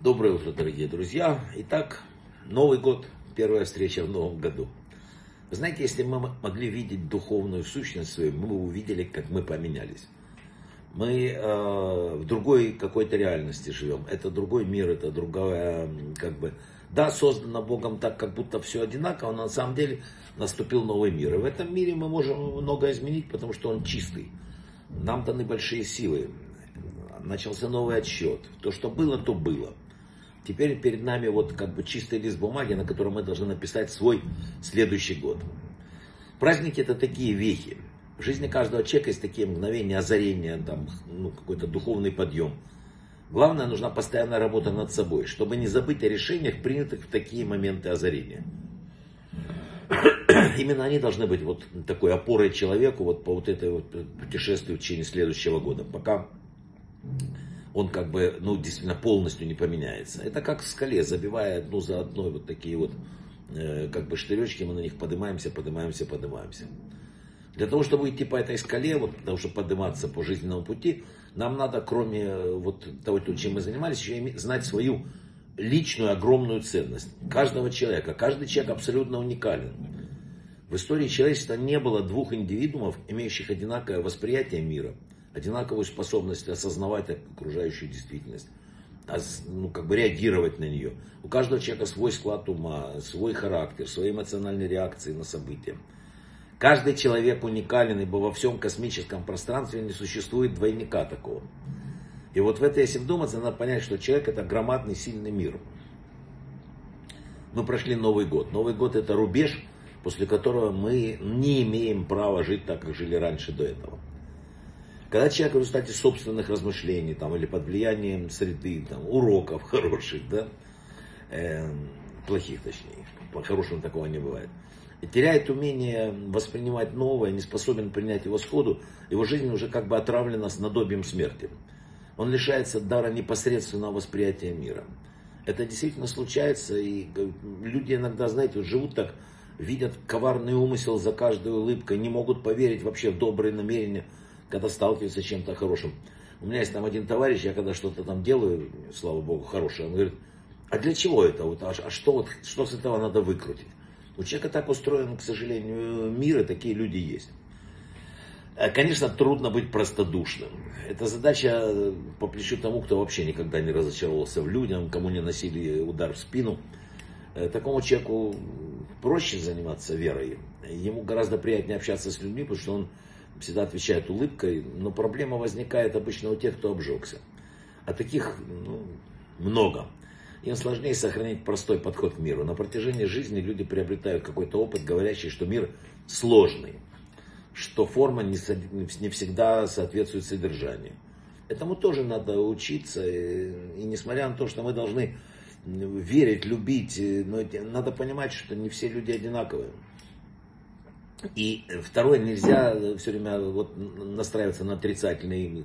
Доброе утро, дорогие друзья. Итак, Новый год, первая встреча в Новом году. Вы знаете, если мы могли видеть духовную сущность свою, мы бы увидели, как мы поменялись. Мы в другой какой-то реальности живем. Это другой мир, это другая, да, создано Богом так, как будто все одинаково, но на самом деле наступил новый мир. И в этом мире мы можем многое изменить, потому что он чистый. Нам даны большие силы. Начался новый отсчет. То, что было, то было. Теперь перед нами чистый лист бумаги, на котором мы должны написать свой следующий год. Праздники — это такие вехи. В жизни каждого человека есть такие мгновения озарения, какой-то духовный подъем. Главное, нужна постоянная работа над собой, чтобы не забыть о решениях, принятых в такие моменты озарения. Именно они должны быть такой опорой человеку по этой путешествию в течение следующего года, пока он действительно полностью не поменяется. Это как в скале, забивая одну за одной такие штыречки, мы на них поднимаемся. Для того, чтобы идти по этой скале, потому что подниматься по жизненному пути, нам надо, кроме того, чем мы занимались, еще знать свою личную огромную ценность каждого человека. Каждый человек абсолютно уникален. В истории человечества не было двух индивидуумов, имеющих одинаковое восприятие мира, одинаковую способность осознавать окружающую действительность, реагировать на нее. У каждого человека свой склад ума, свой характер, свои эмоциональные реакции на события. Каждый человек уникален, ибо во всем космическом пространстве не существует двойника такого. И в это, если вдуматься, надо понять, что человек — это громадный, сильный мир. Мы прошли Новый год. Новый год — это рубеж, после которого мы не имеем права жить так, как жили раньше до этого. Когда человек в результате собственных размышлений или под влиянием среды, уроков хороших, плохих точнее, по-хорошему такого не бывает, и теряет умение воспринимать новое, не способен принять его сходу, его жизнь уже отравлена с надобием смерти. Он лишается дара непосредственного восприятия мира. Это действительно случается, и люди иногда, живут так, видят коварный умысел за каждой улыбкой, не могут поверить вообще в добрые намерения, когда сталкиваются с чем-то хорошим. У меня есть один товарищ, я когда что-то делаю, слава богу, хорошее, он говорит: а для чего это? Что с этого надо выкрутить? У человека так устроен, к сожалению, мир, и такие люди есть. Конечно, трудно быть простодушным. Это задача по плечу тому, кто вообще никогда не разочаровался в людях, кому не носили удар в спину. Такому человеку проще заниматься верой. Ему гораздо приятнее общаться с людьми, потому что он всегда отвечает улыбкой. Но проблема возникает обычно у тех, кто обжегся. А таких много. Им сложнее сохранить простой подход к миру. На протяжении жизни люди приобретают какой-то опыт, говорящий, что мир сложный, что форма не всегда соответствует содержанию. Этому тоже надо учиться. И несмотря на то, что мы должны верить, любить, но надо понимать, что не все люди одинаковые. И второе, нельзя все время настраиваться на отрицательный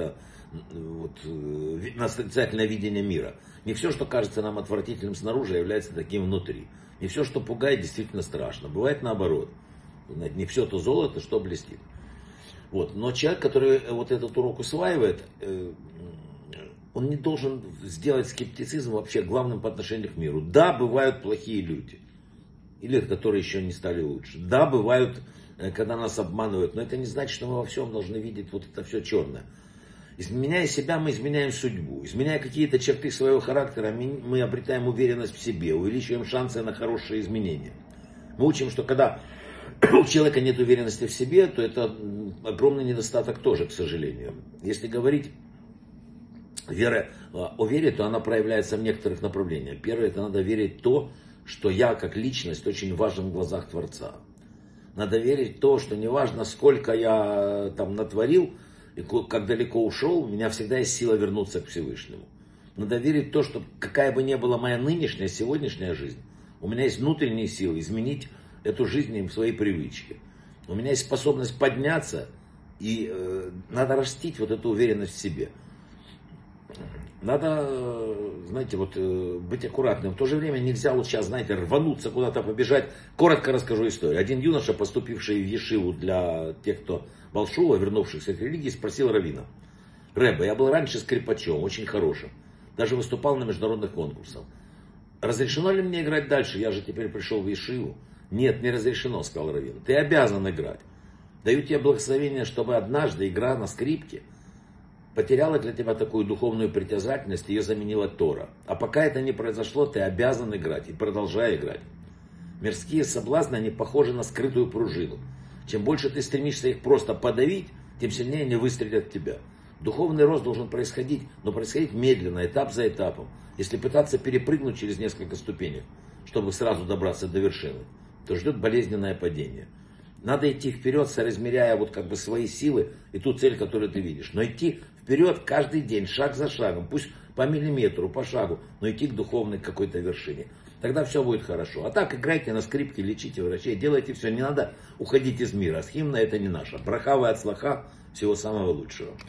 на отрицательное видение мира. Не все, что кажется нам отвратительным снаружи, является таким внутри. Не все, что пугает, действительно страшно. Бывает наоборот. Не все то золото, что блестит. Но человек, который этот урок усваивает, он не должен сделать скептицизм вообще главным по отношению к миру. Да, бывают плохие люди. Или которые еще не стали лучше. Да, бывают, когда нас обманывают. Но это не значит, что мы во всем должны видеть это все черное. Изменяя себя, мы изменяем судьбу. Изменяя какие-то черты своего характера, мы обретаем уверенность в себе, увеличиваем шансы на хорошие изменения. Мы учим, что когда у человека нет уверенности в себе, то это огромный недостаток тоже, к сожалению. Если говорить о вере, то она проявляется в некоторых направлениях. Первое, это надо верить в то, что я как личность очень важен в глазах Творца. Надо верить в то, что неважно, сколько я натворил, и как далеко ушел, у меня всегда есть сила вернуться к Всевышнему. Надо верить в то, что какая бы ни была моя нынешняя, сегодняшняя жизнь, у меня есть внутренние силы изменить эту жизнь в свои привычки. У меня есть способность подняться, и надо растить эту уверенность в себе. Надо, быть аккуратным. В то же время нельзя сейчас, рвануться куда-то, побежать. Коротко расскажу историю. Один юноша, поступивший в ешиву для тех, кто Балшува, вернувшихся к религии, спросил раввина: Рэбе, я был раньше скрипачом, очень хорошим. Даже выступал на международных конкурсах. Разрешено ли мне играть дальше? Я же теперь пришел в Ешиву. Нет, не разрешено, сказал раввин. Ты обязан играть. Даю тебе благословение, чтобы однажды игра на скрипке потеряла для тебя такую духовную притязательность, ее заменила Тора. А пока это не произошло, ты обязан играть и продолжай играть. Мирские соблазны, они похожи на скрытую пружину. Чем больше ты стремишься их просто подавить, тем сильнее они выстрелят в тебя. Духовный рост должен происходить, но происходить медленно, этап за этапом. Если пытаться перепрыгнуть через несколько ступенек, чтобы сразу добраться до вершины, то ждет болезненное падение. Надо идти вперед, соразмеряя вот как бы свои силы и ту цель, которую ты видишь. Но идти вперед каждый день, шаг за шагом, пусть по миллиметру, по шагу, но идти к духовной какой-то вершине. Тогда все будет хорошо. А так играйте на скрипке, лечите врачей, делайте все. Не надо уходить из мира. Схимна это не наша. Брахава от слаха, всего самого лучшего.